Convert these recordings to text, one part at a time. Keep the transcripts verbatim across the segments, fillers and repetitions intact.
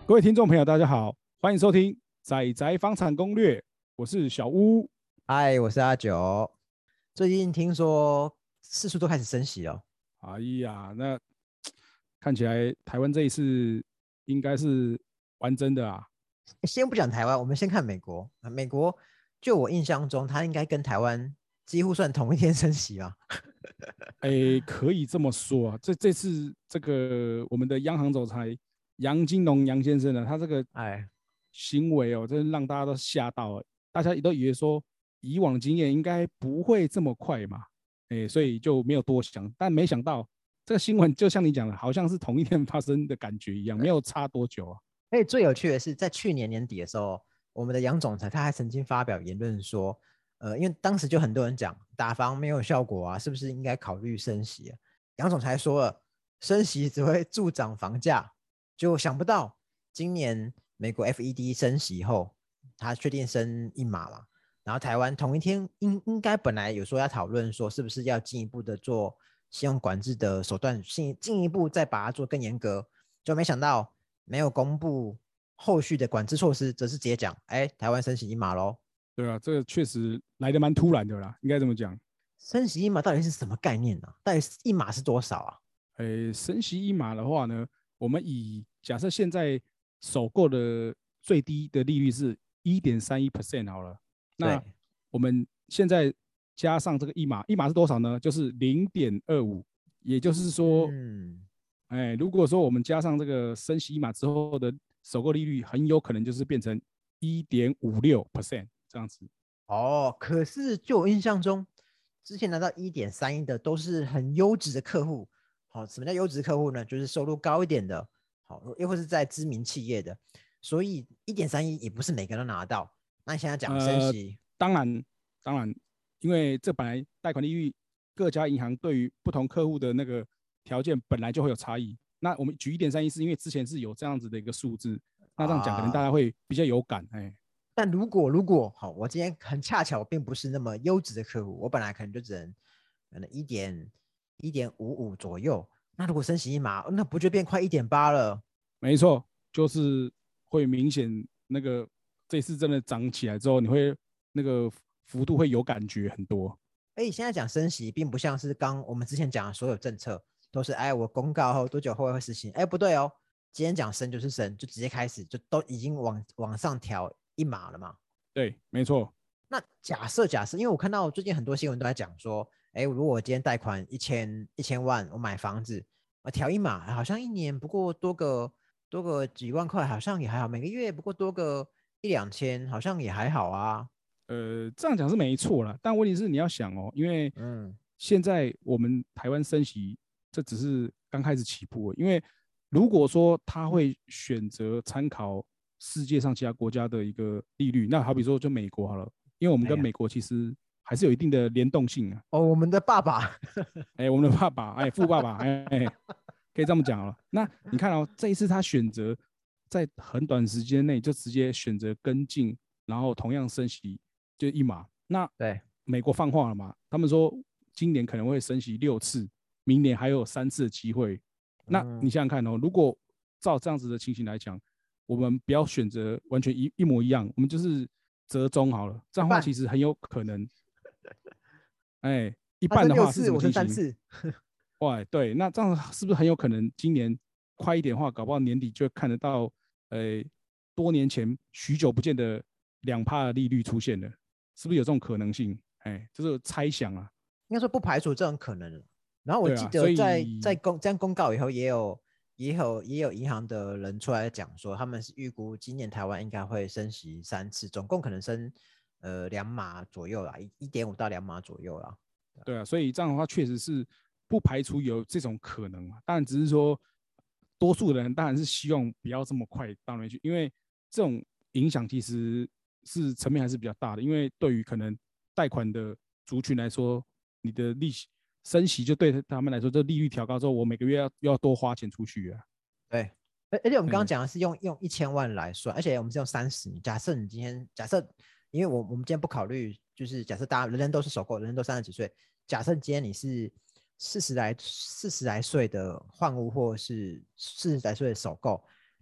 各位听众朋友，大家好，欢迎收听仔仔房产攻略，我是小屋。 嗨，我是阿九。最近听说四处都开始升息了。 哎呀，那看起来台湾这一次应该是玩真的啊。 先不讲台湾，我们先看美国。啊美国，就我印象中，它应该跟台湾几乎算同一天升息吧？ 哎，可以这么说啊。这这次这个我们的央行总裁杨金龙杨先生呢，他这个哎， 行为哦，真的让大家都吓到了。大家都以为说以往经验应该不会这么快嘛，哎，所以就没有多想。但没想到这个新闻就像你讲的，好像是同一天发生的感觉一样，没有差多久啊。 而且最有趣的是，在去年年底的时候，我们的杨总裁他还曾经发表言论说，呃，因为当时就很多人讲打房没有效果啊，是不是应该考虑升息啊？杨总裁说了，升息只会助长房价，就想不到今年美国 F E D 升息后，他确定升一码嘛，然后台湾同一天应应该本来有说要讨论说是不是要进一步的做信用管制的手段，进进一步再把它做更严格，就没想到没有公布后续的管制措施，则是直接讲，哎，台湾升息一码喽。 对啊，这个确实来得蛮突然的啦，应该这么讲。 升息一码到底是什么概念呢、啊？到底一码是多少啊？ 诶，升息一码的话呢，我们以假设现在首购的最低的利率是 百分之一点三一 好了，那对， 我们现在加上这个一码，一码是多少呢？就是零点二五，也就是说， 嗯， 哎，如果说我们加上这个升息一码之后的首购利率，很有可能就是变成 百分之一点五六 这样子。 哦，可是就我印象中，之前拿到一点三一的都是很优质的客户。好，什么叫优质客户呢？就是收入高一点的，好，又或是在知名企业的，所以一点三一也不是每个人都拿到。那你现在讲升呃， 息， 当然，当然，因为这本来贷款利率各家银行对于不同客户的那个条件本来就会有差异。那我们举一点三一，是因为之前是有这样子的一个数字，那这样讲可能大啊， 家会比较有感，哎， 但如果如果好，我今天很恰巧并不是那么优质的客户，我本来可能就只能可能一点一点五五左右，那如果升息一码，那不就变快一点八了？ 没错，就是会明显那个这次真的涨起来之后，你会那个幅度会有感觉很多。 哎，现在讲升息，并不像是刚我们之前讲的所有政策都是哎我公告后多久后会实行，哎不对哦，今天讲升就是升，就直接开始就都已经往往上调一码了嘛。 对，没错。 那假设假设，因为我看到最近很多新闻都在讲说，哎，如果我今天贷款一千一千万，我买房子，我调一码，好像一年不过多个多个几万块，好像也还好，每个月不过多个一两千，好像也还好啊。 呃，这样讲是没错啦，但问题是你要想哦，因为嗯， 现在我们台湾升息，这只是刚开始起步。因为如果说他会选择参考世界上其他国家的一个利率，那好比说就美国好了，因为我们哎呀， 跟美国其实还是有一定的联动性啊。 哦，我们的爸爸， 哎，我们的爸爸，哎，富爸爸，哎，可以这么讲了。那你看哦，这一次他选择在很短时间内就直接选择跟进，然后同样升息就一码。那对， 美国放话了嘛？他们说今年可能会升息六次，明年还有三次的机会。那你嗯， 想想看哦，如果照这样子的情形来讲，我们不要选择完全一一模一样，我们就是折中好了。这样的话一半， 其实很有可能，哎，一他半的话是升六次，我什么情形？ 升三次， 哇，对，那这样是不是很有可能今年快一点的话，搞不好年底就会看得到，呃，多年前许久不见的两趴的利率出现了，是不是有这种可能性？哎，这是猜想啊。 应该说不排除这种可能。然后我记对啊，所得在在以公这样公告以后，也有也有也有银行的人出来讲说，他们是预估今年台湾应该会升息三次，总共可能升呃两码左右啦，一一点五到两码左右啦。 对啊，所以这样的话确实是不排除有这种可能啊。当然只是说，多数人当然是希望不要这么快到那边去，因为这种影响其实是层面还是比较大的。因为对于可能贷款的族群来说，你的利息升息就对他们来说，这利率调高之后，我每个月要要多花钱出去啊。 对，而而且我们刚刚哎， 讲的是用用一千万来算，而且我们是用三十年。假设你今天假设，因为我我们今天不考虑，就是假设大家人人都是首购，人人都三十几岁，假设今天你是四十来四十来岁的换屋，或是四十来岁的首购，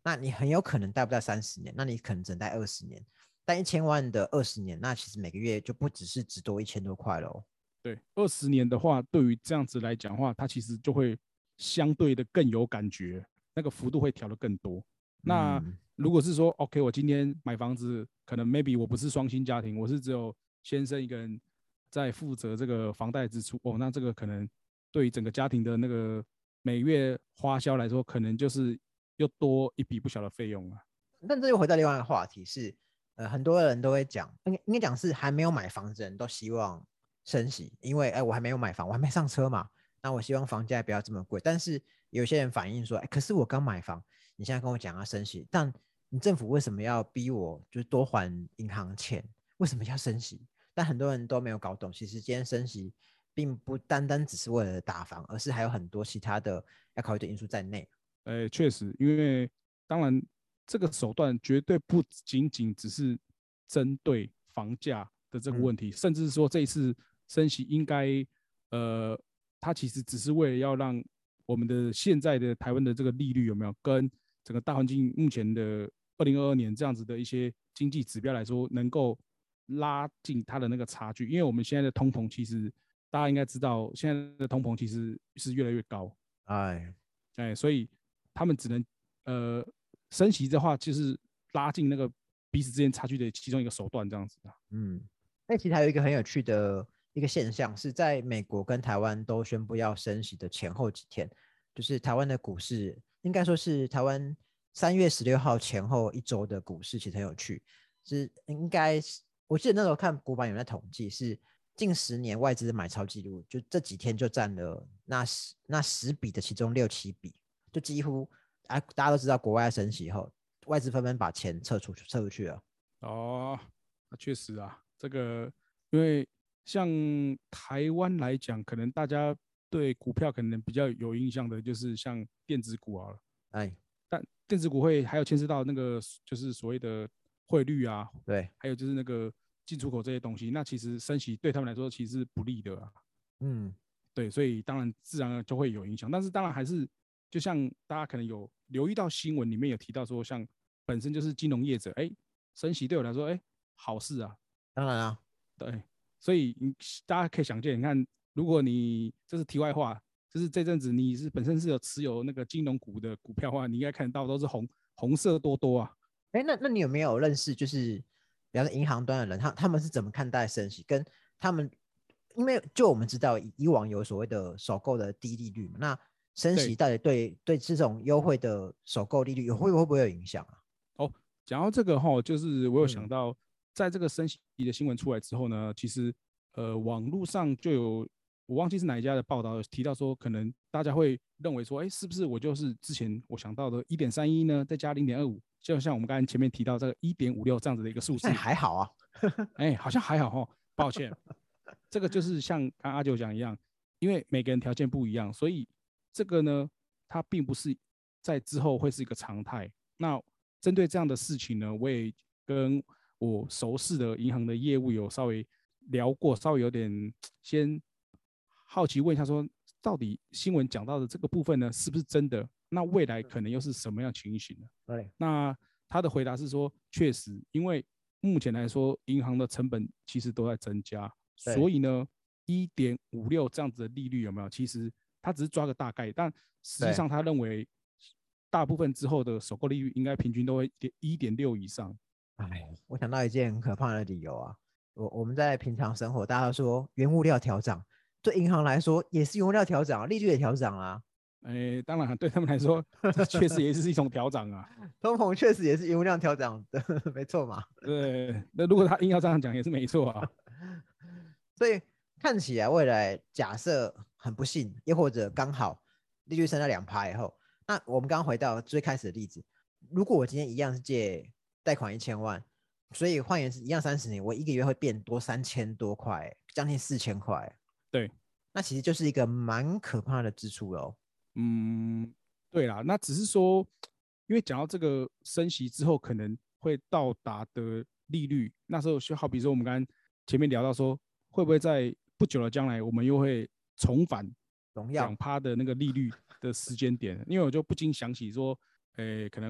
那你很有可能贷不到三十年，那你可能只能贷二十年。但一千万的二十年，那其实每个月就不只是只多一千多块喽。 对，二十年的话，对于这样子来讲的话，它其实就会相对的更有感觉，那个幅度会调得更多。那嗯， 如果是说，OK，我今天买房子，可能 maybe 我不是双薪家庭，我是只有先生一个人在负责这个房贷支出，哦，那这个可能对于整个家庭的那个每月花销来说，可能就是又多一笔不小的费用啊。 但这又回到另外一个话题是，呃，很多人都会讲，应该应该讲是还没有买房子的人都希望升息，因为哎，我还没有买房，我还没上车嘛，那我希望房价不要这么贵。但是有些人反映说，哎，可是我刚买房，你现在跟我讲要升息，但你政府为什么要逼我就是多还银行钱？为什么要升息？但很多人都没有搞懂，其实今天升息并不单单只是为了打房，而是还有很多其他的要考虑的因素在内。 呃，确实，因为当然这个手段绝对不仅仅只是针对房价的这个问题，嗯、甚至说这一次升息应该，呃，它其实只是为了要让我们的现在的台湾的这个利率有没有跟整个大环境目前的二零二二年这样子的一些经济指标来说，能够拉近它的那个差距，因为我们现在的通膨其实大家应该知道，现在的通膨其实是越来越高， 哎， 哎，所以他们只能呃升息的话，就是拉近那个彼此之间差距的其中一个手段，这样子啊。 嗯，那其实还有一个很有趣的一个现象，是在美国跟台湾都宣布要升息的前后几天，就是台湾的股市，应该说是台湾三月十六号前后一周的股市，其实很有趣，是应该我记得那时候看股版有在统计，是近十年外资的买超记录，就这几天就占了那十那十笔的其中六七笔，就几乎啊大家都知道国外升息后，外资纷纷把钱撤出撤出去了。 哦，那确实啊，这个因为像台湾来讲，可能大家对股票可能比较有印象的，就是像电子股好了。 哎， 但电子股会还有牵涉到那个就是所谓的汇率啊， 对， 还有就是那个进出口这些东西，那其实升息对他们来说其实是不利的啊。 嗯， 对，所以当然自然就会有影响，但是当然还是就像大家可能有留意到新闻里面有提到说，像本身就是金融业者，哎，升息对我来说，哎，好事啊。 当然啊， 对，所以你大家可以想见，你看，如果你这是题外话，就是这阵子你是本身是有持有那个金融股的股票的话，你应该看得到都是红红色多多啊。 哎，那那你有没有认识就是比方说银行端的人，他他们是怎么看待升息？跟他们，因为就我们知道以往有所谓的首购的低利率嘛，那升息对， 到底对对这种优惠的首购利率有会会不会有影响啊？ 哦，讲到这个哈，就是我有想嗯， 到，在这个升息的新闻出来之后呢，其实呃网络上就有我忘记是哪一家的报道提到说，可能大家会认为说，哎，是不是我就是之前我想到的一点三一呢，再加零点二五，就像我们刚才前面提到这个一点五六这样子的一个数那字， 还好啊。 哎，好像还好哈，抱歉，这个就是像刚阿九讲一样，因为每个人条件不一样，所以这个呢，它并不是在之后会是一个常态。那针对这样的事情呢，我也跟我熟识的银行的业务有稍微聊过，稍微有点先好奇问一下说，到底新闻讲到的这个部分呢，是不是真的？那未来可能又是什么样情形呢？ 对， 那他的回答是说，确实，因为目前来说，银行的成本其实都在增加， 对， 所以呢，一点五六这样子的利率有没有？其实他只是抓个大概，但实际对， 上他认为大部分之后的首购利率应该平均都会一点六以上。 哎，我想到一件很可怕的理由啊，我我们在平常生活，大家都说原物料调涨，对银行来说也是原物料调涨，利率也调涨啦。 哎，当然对他们来说，这确实也是一种调整啊。 通膨确实也是原物料调涨的，没错嘛。 对，那如果他硬要这样讲，也是没错啊。 所以看起来未来假设很不幸，又或者刚好利率升到两趴以后，那我们刚刚回到最开始的例子，如果我今天一样是借贷款一千万，所以换言之一样三十年，我一个月会变多三千多块，将近四千块。 对， 那其实就是一个蛮可怕的支出喽。 嗯，对啦，那只是说，因为讲到这个升息之后可能会到达的利率，那时候就好比说我们刚刚前面聊到说，会不会在不久的将来，我们又会重返荣耀， 两趴的那个利率的时间点？因为我就不禁想起说，诶，可能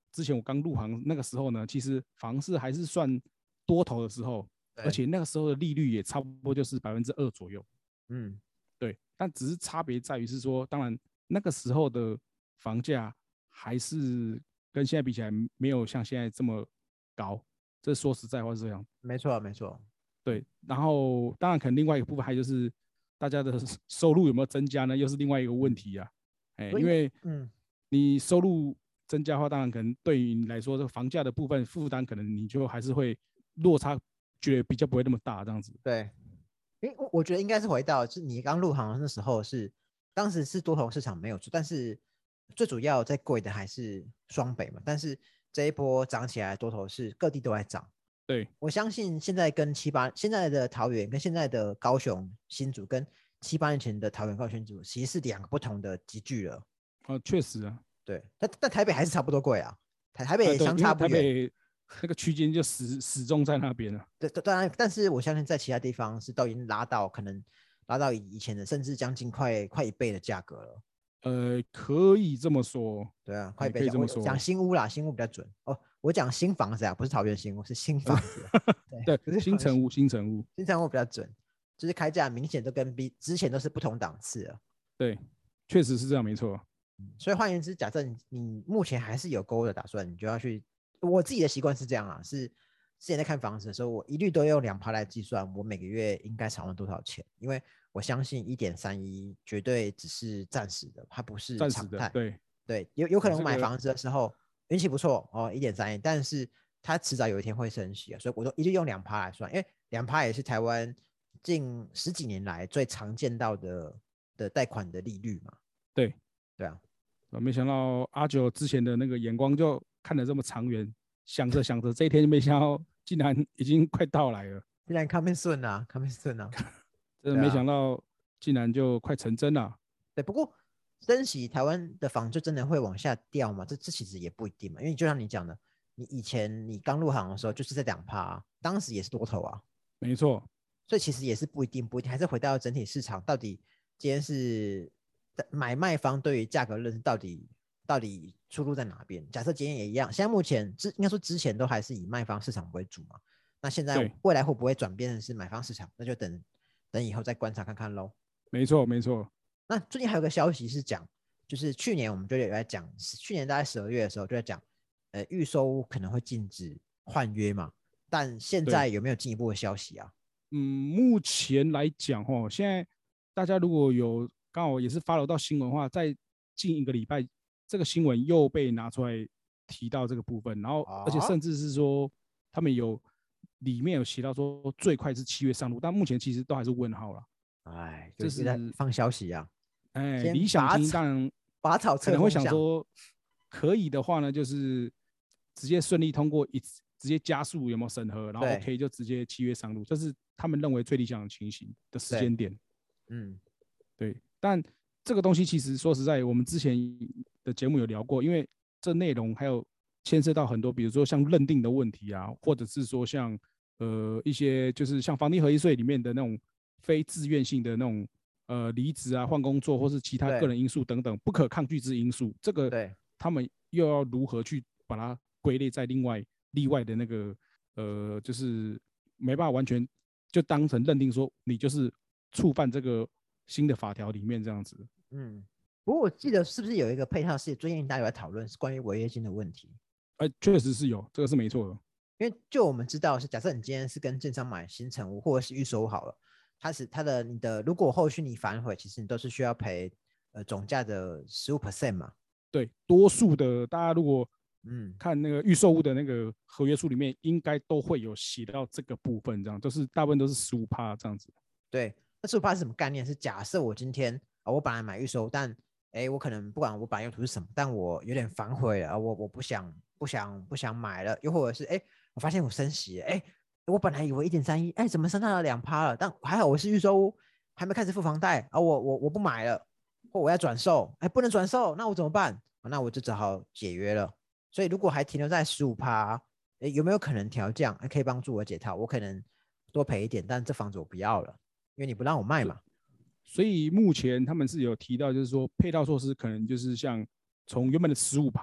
之前我刚入行那个时候呢，其实房市还是算多头的时候，而且那个时候的利率也差不多就是百分之二左右。 嗯， 对，但只是差别在于是说，当然那个时候的房价还是跟现在比起来没有像现在这么高，这说实在话是这样。 没错没错。 对，然后当然可能另外一个部分还就是大家的收入有没有增加呢，又是另外一个问题啊。哎，因为嗯， 你收入增加的话，当然可能对于你来说，这个房价的部分负担，可能你就还是会落差，觉得比较不会那么大这样子。 对，因为我觉得应该是回到，就是你刚入行的那时候是，当时是多头市场没有错，但是最主要在贵的还是双北嘛。但是这一波涨起来，多头是各地都在涨。 对， 我相信现在跟七八现在的桃园跟现在的高雄新竹跟七八年前的桃园高雄新竹其实是两个不同的集聚了。 啊，确实啊。 对，但但台北还是差不多贵啊，台台北呃， 也对，因为相差不远。 台北那个区间就始始终在那边了。 对，当然，但是我相信在其他地方是都已经拉到可能拉到以前的，甚至将近快快一倍的价格了。 呃，可以这么说。 对啊，快一哎， 倍价。我可以这么说。 讲新屋啦，新屋比较准哦。我讲新房子啊，不是桃园新屋，是新房子啊。对， 对， 不是新城屋，新城屋。 新城屋比较准，就是开价明显都跟比之前都是不同档次了。 对，确实是这样，没错。 所以换言之，假设 你, 你目前还是有购物的打算，你就要去。我自己的习惯是这样啊，是之前在看房子的时候，我一律都用两趴来计算，我每个月应该偿还多少钱，因为我相信一点三一绝对只是暂时的，它不是暂时的， 常态。 对对，有有可能我这个买房子的时候运气不错哦，一点三一，但是它迟早有一天会升息啊，所以我都一律用两趴来算，因为两趴也是台湾近十几年来最常见到的的贷款的利率嘛。 对。 对啊。 没想到阿九之前的那个眼光就看得这么长远，想着想着这一天就没想到竟然已经快到来了。 竟然 coming soon 啊 coming soon 啊。 真的没想到竟然就快成真了。 对，不过升息台湾的房就真的会往下掉吗？这这其实也不一定嘛，因为就像你讲的，你以前你刚入行的时候就是在两趴、啊，当时也是多头啊。 没错。 所以其实也是不一定，不一定，还是回到整体市场，到底今天是买卖方对于价格认识到底到底出入在哪边？假设今天也一样，现在目前之应该说之前都还是以卖方市场为主嘛，那现在未来会不会转变成是买方市场？那就等等以后再观察看看咯。 没错，没错。 那最近还有个消息是讲，就是去年我们就有在讲，去年大概十二月的时候就在讲，呃，预售屋可能会禁止换约嘛，但现在有没有进一步的消息啊？ 嗯，目前来讲哦，现在大家如果有刚好也是 follow 到新闻的话，在近一个礼拜，这个新闻又被拿出来提到这个部分，然后而且甚至是说他们有里面有写到说最快是七月上路，但目前其实都还是问号了。 哎， 就是在放消息啊。 哎，理想情当然拔草可能会想说，可以的话呢，就是直接顺利通过一次，直接加速有没有审核，然后 OK 就直接七月上路，这是他们认为最理想的情形的时间点。 嗯， 对。但这个东西其实说实在，我们之前的节目有聊过，因为这内容还有牵涉到很多，比如说像认定的问题啊，或者是说像呃一些就是像房地合一税里面的那种非自愿性的那种呃离职啊、换工作或是其他个人因素等等不可抗拒之因素，这个他们又要如何去把它归类在另外例外的那个呃，就是没办法完全就当成认定说你就是触犯这个新的法条里面这样子。 嗯，不过我记得是不是有一个配套是最近大家有在讨论是关于违约金的问题？ 哎，确实是有，这个是没错的。 因为就我们知道是，假设你今天是跟建商买新成屋或者是预售屋好了，它是它的你的，如果后续你反悔，其实你都是需要赔呃总价的 百分之十五 嘛。 对，多数的大家如果嗯看那个预售屋的那个合约书里面，应该都会有写到这个部分，这样都是大部分都是 百分之十五 这样子。 对，那 百分之十五 是什么概念？是假设我今天、哦、我本来买预售，但哎，我可能不管我本来用途是什么，但我有点反悔了，我我不想不想不想买了，又或者是哎，我发现我升息了，哎，我本来以为一点三一，哎，怎么升到了两趴了？但还好我是预售屋，还没开始付房贷啊，我我我不买了，或我要转售，哎，不能转售，那我怎么办？那我就只好解约了。所以如果还停留在 百分之十五， 哎，有没有可能调降？哎，可以帮助我解套，我可能多赔一点，但这房子我不要了，因为你不让我卖嘛。 所以目前他们是有提到，就是说配套措施可能就是像从原本的 百分之十五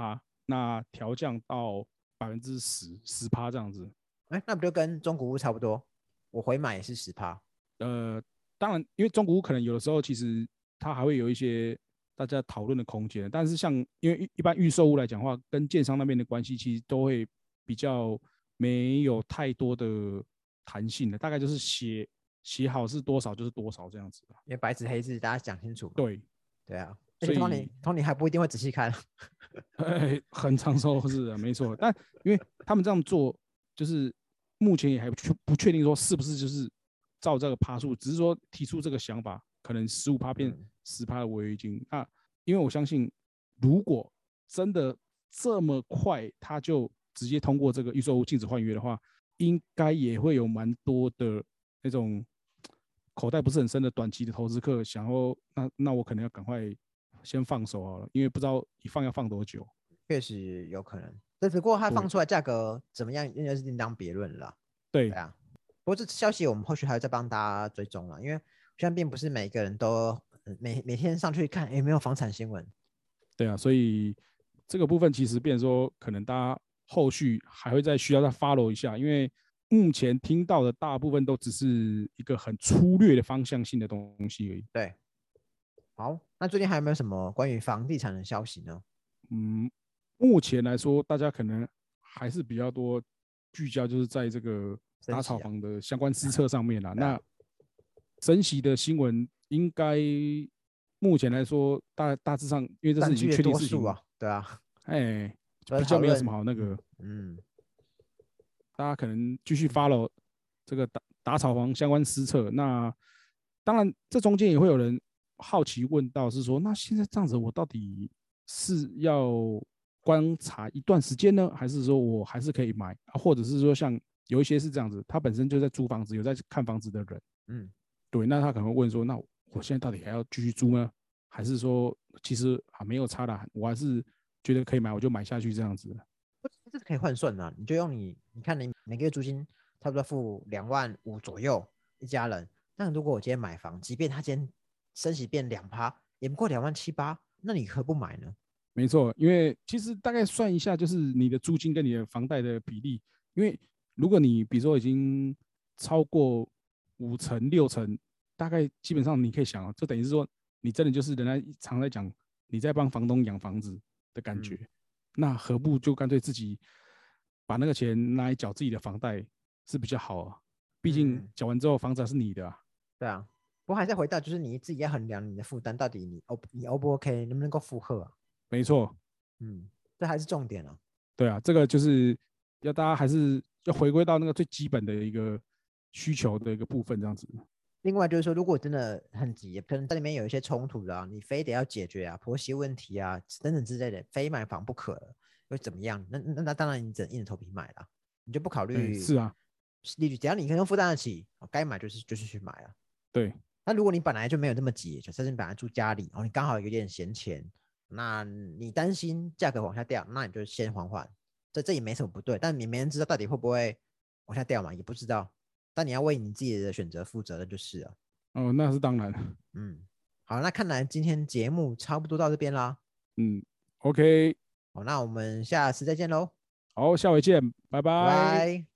那调降到百分之十十趴这样子。 哎，那不就跟中古屋差不多？我回买也是十趴。 呃，当然，因为中古屋可能有的时候其实它还会有一些大家讨论的空间，但是像因为一般预售屋来讲的话，跟建商那边的关系其实都会比较没有太多的弹性的，大概就是写写好是多少就是多少这样子。 因为白纸黑字大家讲清楚嘛。 对， 对啊，而且所通常你以通常你还不一定会仔细看。 哎，很长寿是的，没错。但因为他们这样做，就是目前也还不确不确定说是不是就是照这个趴数，只是说提出这个想法，可能十五趴变十趴的违约金。那因为我相信，如果真的这么快他就直接通过这个预售屋禁止换约的话，应该也会有蛮多的那种口袋不是很深的短期的投资客想要，那那我可能要赶快先放手好了，因为不知道一放要放多久。 确实有可能，但不过它对放出来价格怎么样，那是另当别论了啦。 对对啊，不过这消息我们后续还要再帮大家追踪了，因为现在并不是每个人都每每天上去看有没有房产新闻。 对啊，所以这个部分其实变成说，可能大家后续还会再需要再 follow 一下，因为目前听到的大部分都只是一个很粗略的方向性的东西而已。 对，好，那最近还有没有什么关于房地产的消息呢？ 嗯，目前来说，大家可能还是比较多聚焦，就是在这个打炒房的相关施策上面啦。那升息的新闻应该目前来说大大致上，因为这是已经确定事情啊，对啊， 哎，比较没有什么好那个， 嗯， 大家可能继续 follow 这个打打炒房相关施策。那当然，这中间也会有人好奇问到，是说，那现在这样子，我到底是要观察一段时间呢，还是说我还是可以买，啊、或者是说像有一些是这样子，他本身就在租房子，有在看房子的人， 嗯， 对，那他可能会问说，那我现在到底还要继续租呢，还是说其实啊没有差啦，我还是觉得可以买，我就买下去这样子。 这是可以换算的、啊，你就用你，你看你每个月租金差不多付两万五左右一家人，那如果我今天买房，即便他今天升息变两趴，也不过两万七八，那你何不买呢？ 没错，因为其实大概算一下，就是你的租金跟你的房贷的比例。因为如果你比如说已经超过五成六成，大概基本上你可以想啊，这等于是说你真的就是人家常在讲你在帮房东养房子的感觉。嗯、那何不就干脆自己把那个钱拿来缴自己的房贷是比较好啊？毕竟缴完之后房子还是你的啊。 对啊，不过还是回到就是你自己要衡量你的负担，到底你 O 你 O 不 OK，能不能够负荷啊？ 没错， 嗯，这还是重点啊。 对啊，这个就是要大家还是要回归到那个最基本的一个需求的一个部分，这样子。 另外就是说，如果真的很急，可能在里面有一些冲突啊，你非得要解决啊，婆媳问题啊等等之类的，非买房不可了，会怎么样？那那那当然你只能硬着头皮买了，你就不考虑、 欸、是啊， 利率，只要你可能负担得起，该买就是就是去买啊。 对。 那如果你本来就没有那么急，就甚至你本来住家里，然后你刚好有点闲钱，那你担心价格往下掉，那你就先缓缓，这这也没什么不对，但你没人知道到底会不会往下掉嘛，也不知道。但你要为你自己的选择负责任就是了。 哦，那是当然。 嗯，好，那看来今天节目差不多到这边啦。 嗯 ，OK。 好，那我们下次再见喽。 好，下回见，拜拜。 拜拜。